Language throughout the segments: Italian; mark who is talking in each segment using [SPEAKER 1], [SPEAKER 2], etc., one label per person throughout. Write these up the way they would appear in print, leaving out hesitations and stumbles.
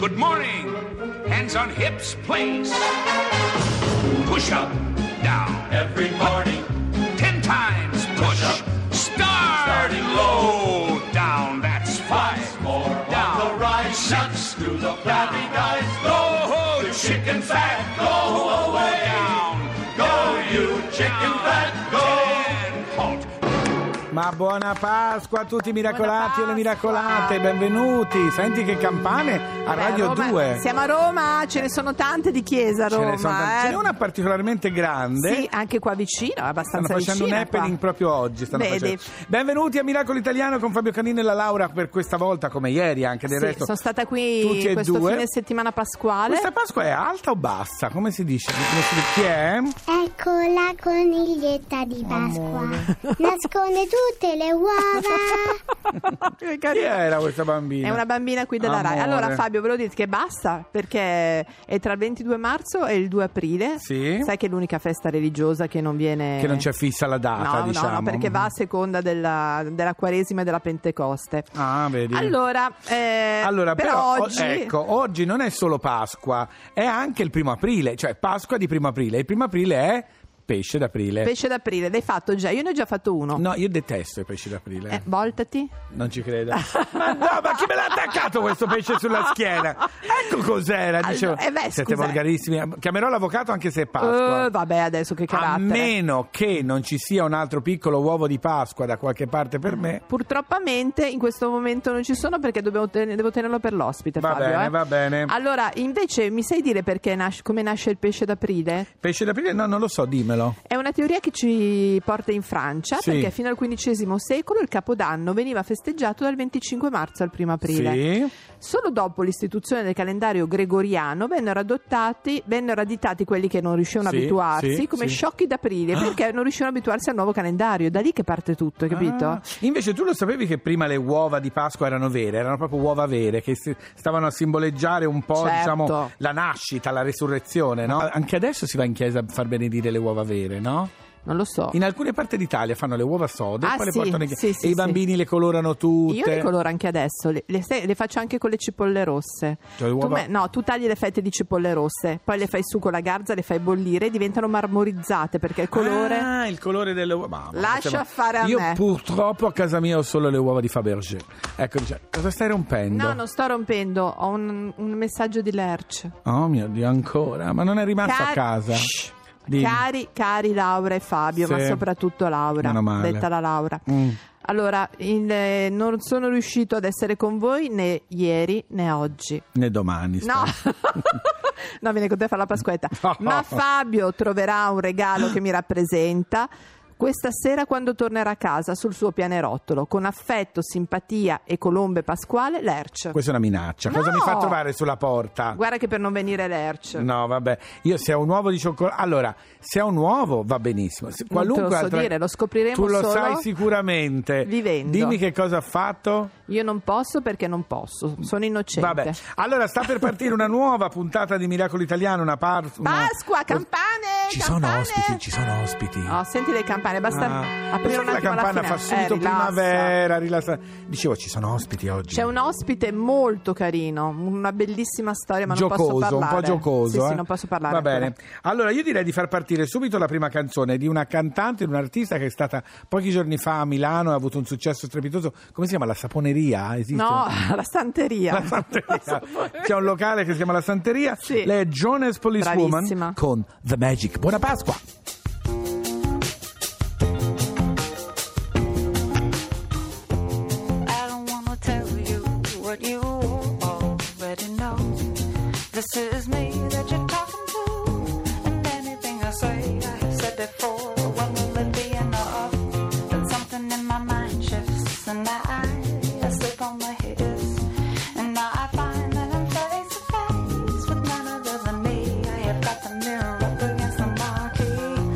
[SPEAKER 1] Good morning. Hands on hips, please. Push up, down. Every morning. 10 times push up. Starting low, down. That's 5 more. Down. On the rise. 6 to the flabby guys. Go, chicken fat. Go away. Down. Go, you chicken fat. Go. 10. Halt.
[SPEAKER 2] Ma buona Pasqua a tutti i miracolati e le miracolate, benvenuti. Senti che campane a Radio
[SPEAKER 3] Roma,
[SPEAKER 2] 2.
[SPEAKER 3] Siamo a Roma, ce ne sono tante di chiesa a Roma.
[SPEAKER 2] Ce n'è una particolarmente grande.
[SPEAKER 3] Sì, anche qua vicino, abbastanza vicino.
[SPEAKER 2] Stanno facendo un happening qua proprio oggi. Benvenuti a Miracolo Italiano con Fabio Canino e la Laura per questa volta, come ieri anche del resto.
[SPEAKER 3] Sono stata qui questo fine settimana pasquale.
[SPEAKER 2] Questa Pasqua è alta o bassa? Come si dice? Chi è?
[SPEAKER 4] Ecco la coniglietta di Pasqua. Nasconde tutte le uova.
[SPEAKER 2] Chi era questa bambina?
[SPEAKER 3] È una bambina qui della Rai. Allora Fabio, ve lo dite che basta, perché è tra il 22 marzo e il 2 aprile.
[SPEAKER 2] Sì.
[SPEAKER 3] Sai che è l'unica festa religiosa che non viene...
[SPEAKER 2] Che non c'è fissa la data, diciamo.
[SPEAKER 3] No, perché va a seconda della Quaresima e della Pentecoste.
[SPEAKER 2] Ah, vedi.
[SPEAKER 3] Allora
[SPEAKER 2] però
[SPEAKER 3] oggi...
[SPEAKER 2] Ecco, oggi non è solo Pasqua, è anche il 1 aprile, cioè Pasqua di 1 aprile. Il 1 aprile è... Pesce d'aprile.
[SPEAKER 3] Pesce d'aprile, l'hai fatto già? Io ne ho già fatto uno.
[SPEAKER 2] No, io detesto i pesci d'aprile.
[SPEAKER 3] Voltati.
[SPEAKER 2] Non ci credo. ma chi me l'ha attaccato questo pesce sulla schiena? Ecco cos'era. Dicevo, siete volgarissimi. Chiamerò l'avvocato anche se è Pasqua.
[SPEAKER 3] Vabbè, adesso che carattere.
[SPEAKER 2] A meno che non ci sia un altro piccolo uovo di Pasqua da qualche parte per me.
[SPEAKER 3] Purtroppamente in questo momento non ci sono, perché devo tenerlo per l'ospite.
[SPEAKER 2] Va
[SPEAKER 3] Fabio,
[SPEAKER 2] bene, va bene.
[SPEAKER 3] Allora, invece, mi sai dire perché come nasce il pesce d'aprile?
[SPEAKER 2] Pesce d'aprile? No, non lo so, dimmelo.
[SPEAKER 3] È una teoria che ci porta in Francia, perché fino al XV secolo il Capodanno veniva festeggiato dal 25 marzo al 1 aprile.
[SPEAKER 2] Sì.
[SPEAKER 3] Solo dopo l'istituzione del calendario gregoriano vennero additati quelli che non riuscivano a abituarsi come sciocchi d'aprile, perché non riuscivano a abituarsi al nuovo calendario. Da lì che parte tutto, hai capito?
[SPEAKER 2] Invece tu lo sapevi che prima le uova di Pasqua erano vere, erano proprio uova vere, che stavano a simboleggiare un po', diciamo, la nascita, la resurrezione, no? Anche adesso si va in chiesa a far benedire le uova vere, no?
[SPEAKER 3] Non lo so.
[SPEAKER 2] In alcune parti d'Italia fanno le uova sode, poi le portano in chiesa.
[SPEAKER 3] E
[SPEAKER 2] i bambini le colorano tutte.
[SPEAKER 3] Io le coloro anche adesso, le faccio anche con le cipolle rosse.
[SPEAKER 2] Cioè, le uova...
[SPEAKER 3] tu tagli le fette di cipolle rosse, poi le fai su con la garza, le fai bollire e diventano marmorizzate, perché il colore...
[SPEAKER 2] Ah, il colore delle uova.
[SPEAKER 3] Lascia fare a me.
[SPEAKER 2] Io purtroppo a casa mia ho solo le uova di Fabergé. Ecco, cosa stai rompendo?
[SPEAKER 3] No, non sto rompendo, ho un messaggio di Lerch.
[SPEAKER 2] Oh mio Dio, ancora? Ma non è rimasto a casa?
[SPEAKER 3] Shh. Cari Laura e Fabio, ma soprattutto Laura, detta la Laura. Allora, non sono riuscito ad essere con voi né ieri né oggi.
[SPEAKER 2] Né domani.
[SPEAKER 3] No, no, viene con te a fare la Pasquetta. No. Ma Fabio troverà un regalo che mi rappresenta questa sera quando tornerà a casa sul suo pianerottolo. Con affetto, simpatia e colombe pasquale, Lerch.
[SPEAKER 2] Questa è una minaccia.
[SPEAKER 3] No!
[SPEAKER 2] Cosa mi fa trovare sulla porta?
[SPEAKER 3] Guarda che per non venire Lerch.
[SPEAKER 2] No, vabbè. Io se ho un uovo di cioccolato... Allora, se ho un uovo va benissimo.
[SPEAKER 3] Qualunque non te lo so dire, lo scopriremo
[SPEAKER 2] tu lo
[SPEAKER 3] solo
[SPEAKER 2] sai sicuramente.
[SPEAKER 3] Vivendo.
[SPEAKER 2] Dimmi che cosa ha fatto.
[SPEAKER 3] Io non posso perché non posso. Sono innocente.
[SPEAKER 2] Vabbè. Allora, sta per partire una nuova puntata di Miracolo Italiano,
[SPEAKER 3] Pasqua, campane!
[SPEAKER 2] Ci sono ospiti.
[SPEAKER 3] Oh, senti le campane, basta aprire un attimo
[SPEAKER 2] la campana
[SPEAKER 3] la
[SPEAKER 2] fa subito primavera, rilassa. Dicevo, ci sono ospiti oggi.
[SPEAKER 3] C'è un ospite molto carino, una bellissima storia, ma non posso parlare.
[SPEAKER 2] Un po' giocoso.
[SPEAKER 3] Sì, non posso parlare.
[SPEAKER 2] Va bene. Allora, io direi di far partire subito la prima canzone di una cantante, di un artista che è stata pochi giorni fa a Milano e ha avuto un successo strepitoso. Come si chiama? La Saponeria? Esiste?
[SPEAKER 3] No, la Santeria.
[SPEAKER 2] La Santeria. C'è un locale che si chiama La Santeria.
[SPEAKER 3] Sì.
[SPEAKER 2] Lei è Jonas Policewoman.
[SPEAKER 3] Bravissima.
[SPEAKER 2] Con The Magic. Buona Pasqua.
[SPEAKER 5] This is me that you're talking to, and anything I say, I have said before. When will it be enough? Then something in my mind shifts, and I slip on my hips, and now I find that I'm face to face with none other than me. I have got the mirror up against the marquee.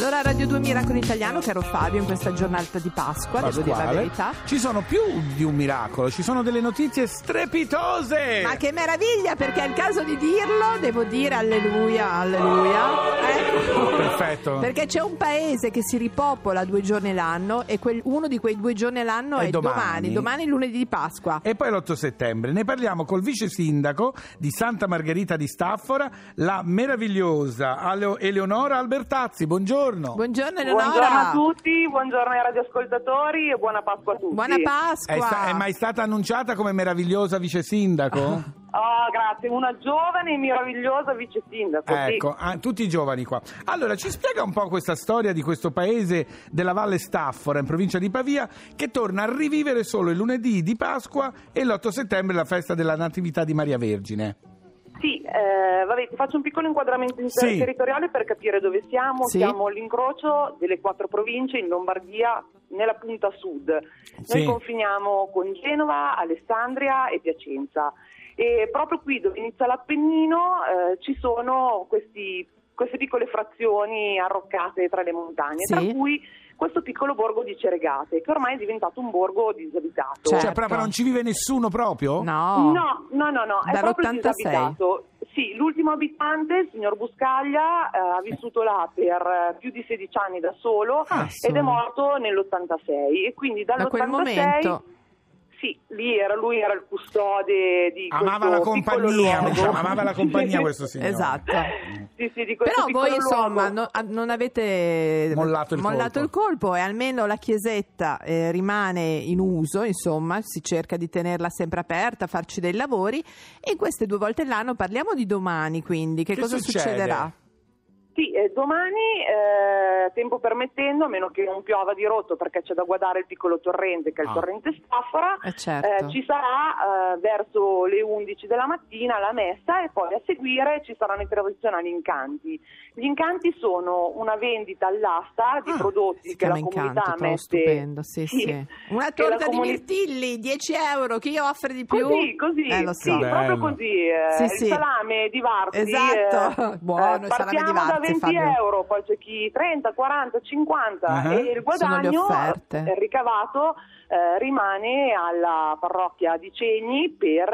[SPEAKER 3] Allora Radio 2 Miracolo Italiano, caro Fabio, in questa giornata di Pasqua, devo dire la verità.
[SPEAKER 2] Ci sono più di un miracolo, ci sono delle notizie strepitose.
[SPEAKER 3] Ma che meraviglia, perché è il caso di dirlo, devo dire alleluia, alleluia.
[SPEAKER 2] Perfetto.
[SPEAKER 3] Perché c'è un paese che si ripopola 2 giorni l'anno e uno di quei 2 giorni l'anno è domani lunedì di Pasqua.
[SPEAKER 2] E poi l'8 settembre. Ne parliamo col vice sindaco di Santa Margherita di Staffora, la meravigliosa Eleonora Albertazzi. Buongiorno.
[SPEAKER 3] Buongiorno Eleonora.
[SPEAKER 6] Buongiorno a tutti, buongiorno ai radioascoltatori e buona Pasqua a tutti.
[SPEAKER 3] Buona Pasqua.
[SPEAKER 2] È mai stata annunciata come meravigliosa vice sindaco?
[SPEAKER 6] Oh, grazie, una giovane e meravigliosa vice sindaco.
[SPEAKER 2] Ecco,
[SPEAKER 6] sì.
[SPEAKER 2] Tutti i giovani qua. Allora, ci spiega un po' questa storia di questo paese della Valle Staffora, in provincia di Pavia, che torna a rivivere solo il lunedì di Pasqua e l'8 settembre la festa della Natività di Maria Vergine.
[SPEAKER 6] Sì, vabbè, ti faccio un piccolo inquadramento territoriale per capire dove siamo.
[SPEAKER 3] Sì.
[SPEAKER 6] Siamo all'incrocio delle 4 province in Lombardia, nella punta sud.
[SPEAKER 2] Sì.
[SPEAKER 6] Noi confiniamo con Genova, Alessandria e Piacenza. E proprio qui dove inizia l'Appennino ci sono queste piccole frazioni arroccate tra le montagne,
[SPEAKER 3] sì,
[SPEAKER 6] tra cui questo piccolo borgo di Ceregate, che ormai è diventato un borgo disabitato.
[SPEAKER 3] Certo.
[SPEAKER 2] Cioè, proprio non ci vive nessuno proprio?
[SPEAKER 3] No,
[SPEAKER 6] è proprio disabitato. Sì, l'ultimo abitante, il signor Buscaglia, ha vissuto là per più di 16 anni da solo ed è morto nell'86 e quindi
[SPEAKER 3] da quel
[SPEAKER 6] dall'86
[SPEAKER 3] momento.
[SPEAKER 6] sì, lui era il custode di
[SPEAKER 2] amava la compagnia, amava la compagnia questo signore.
[SPEAKER 3] Esatto.
[SPEAKER 6] Sì, di questo
[SPEAKER 3] però voi insomma non avete
[SPEAKER 2] mollato il
[SPEAKER 3] colpo e almeno la chiesetta rimane in uso, insomma si cerca di tenerla sempre aperta, farci dei lavori, e queste 2 volte l'anno. Parliamo di domani, quindi che cosa succederà?
[SPEAKER 6] Sì, domani, tempo permettendo, a meno che non piova di rotto, perché c'è da guardare il piccolo torrente, che è il torrente Staffora,
[SPEAKER 3] certo.
[SPEAKER 6] ci sarà verso le 11 della mattina la messa e poi a seguire ci saranno i tradizionali incanti. Gli incanti sono una vendita all'asta di prodotti che la comunità mette.
[SPEAKER 3] Stupendo, sì. Una torta di mirtilli, 10 euro, chi offre di più?
[SPEAKER 6] Così,
[SPEAKER 3] lo so.
[SPEAKER 6] sì, proprio così. Il salame di Varzi.
[SPEAKER 3] Esatto, buono il salame di Varzi.
[SPEAKER 6] 20
[SPEAKER 3] Fabio.
[SPEAKER 6] euro, poi c'è chi 30, 40, 50 e il guadagno ricavato rimane alla parrocchia di Cegni per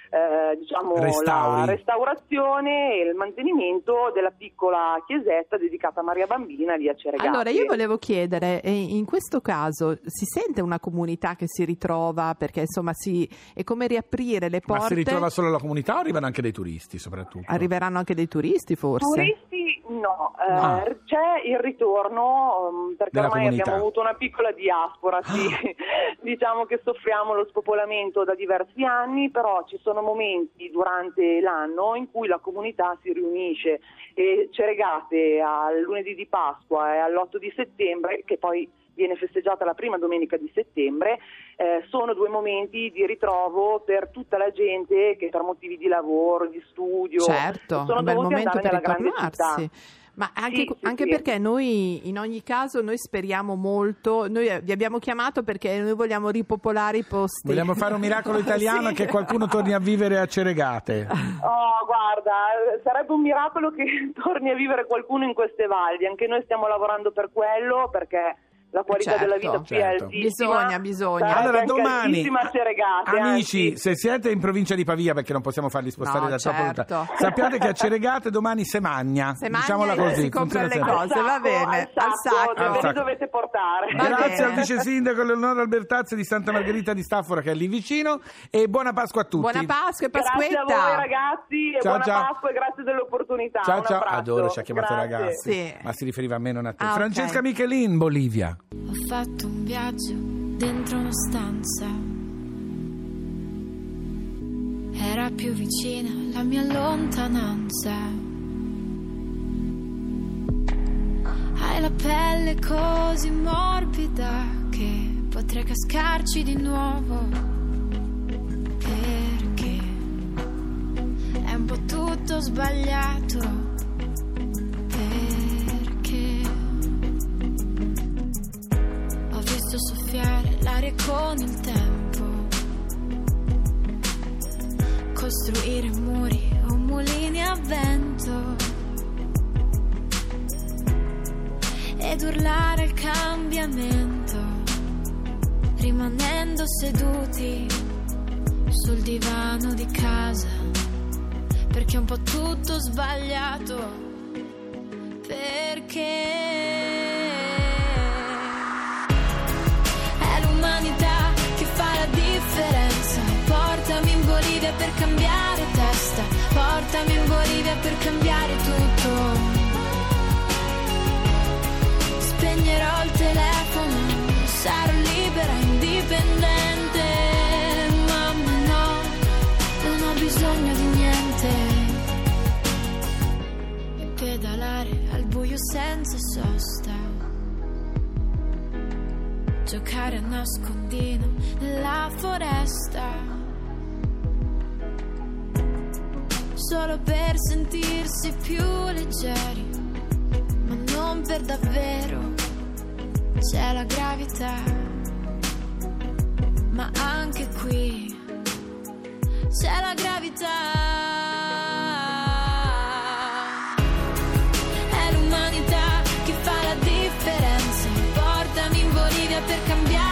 [SPEAKER 6] la restaurazione e il mantenimento della piccola chiesetta dedicata a Maria Bambina lì a Ceregati.
[SPEAKER 3] Allora io volevo chiedere, in questo caso si sente una comunità che si ritrova, perché insomma è come riaprire le porte?
[SPEAKER 2] Ma si ritrova solo la comunità o arrivano anche dei turisti soprattutto?
[SPEAKER 3] Arriveranno anche dei turisti forse?
[SPEAKER 6] Turisti no. C'è il ritorno perché
[SPEAKER 2] della
[SPEAKER 6] ormai
[SPEAKER 2] comunità.
[SPEAKER 6] abbiamo avuto una piccola diaspora, sì. Diciamo che soffriamo lo spopolamento da diversi anni, però ci sono momenti durante l'anno in cui la comunità si riunisce e Ceregate al lunedì di Pasqua e all'8 di settembre, che poi viene festeggiata la prima domenica di settembre, sono 2 momenti di ritrovo per tutta la gente che per motivi di lavoro, di studio,
[SPEAKER 3] certo,
[SPEAKER 6] sono
[SPEAKER 3] un bel
[SPEAKER 6] dovuti
[SPEAKER 3] momento
[SPEAKER 6] andare
[SPEAKER 3] per
[SPEAKER 6] nella grande città.
[SPEAKER 3] Ma anche perché noi in ogni caso noi speriamo molto, noi vi abbiamo chiamato perché noi vogliamo ripopolare i posti.
[SPEAKER 2] Vogliamo fare un miracolo italiano, che qualcuno torni a vivere a Ceregate.
[SPEAKER 6] Oh, guarda, sarebbe un miracolo che torni a vivere qualcuno in queste valli. Anche noi stiamo lavorando per quello, perché la qualità della vita qui è altissima.
[SPEAKER 3] Bisogna.
[SPEAKER 2] Allora domani,
[SPEAKER 6] Ceregate,
[SPEAKER 2] amici, se siete in provincia di Pavia, perché non possiamo farli spostare da troppo, sappiate che a Ceregate domani se magna, diciamola così,
[SPEAKER 3] si comprano le cose, va bene,
[SPEAKER 6] al sacco. Dovete portare.
[SPEAKER 2] Grazie al vice sindaco Eleonora Albertazzi di Santa Margherita di Staffora, che è lì vicino, e buona Pasqua a tutti.
[SPEAKER 3] Buona Pasqua e Pasquetta.
[SPEAKER 6] Grazie a voi ragazzi e buona Pasqua e grazie dell'opportunità.
[SPEAKER 2] Ciao. Adoro, ci ha chiamato ragazzi,
[SPEAKER 3] sì.
[SPEAKER 2] Ma si riferiva a me, non a te.
[SPEAKER 3] Okay.
[SPEAKER 2] Francesca Michelin, Bolivia.
[SPEAKER 7] Ho fatto un viaggio dentro una stanza, era più vicina la mia lontananza. Hai la pelle così morbida che potrei cascarci di nuovo, perché è un po' tutto sbagliato. Soffiare l'aria con il tempo, costruire muri o mulini a vento, e ed urlare il cambiamento, rimanendo seduti sul divano di casa, perché è un po' tutto sbagliato, perché è l'umanità che fa la differenza. Portami in Bolivia per cambiare testa, portami in Bolivia per cambiare tutto. Spegnerò il telefono, sarò libera, indipendente, mamma no, non ho bisogno di niente. E pedalare al buio senza sosta, giocare a nascondino nella foresta, solo per sentirsi più leggeri, ma non per davvero. C'è la gravità, ma anche qui c'è la gravità. È l'umanità che fa la differenza. Portami in Bolivia per cambiare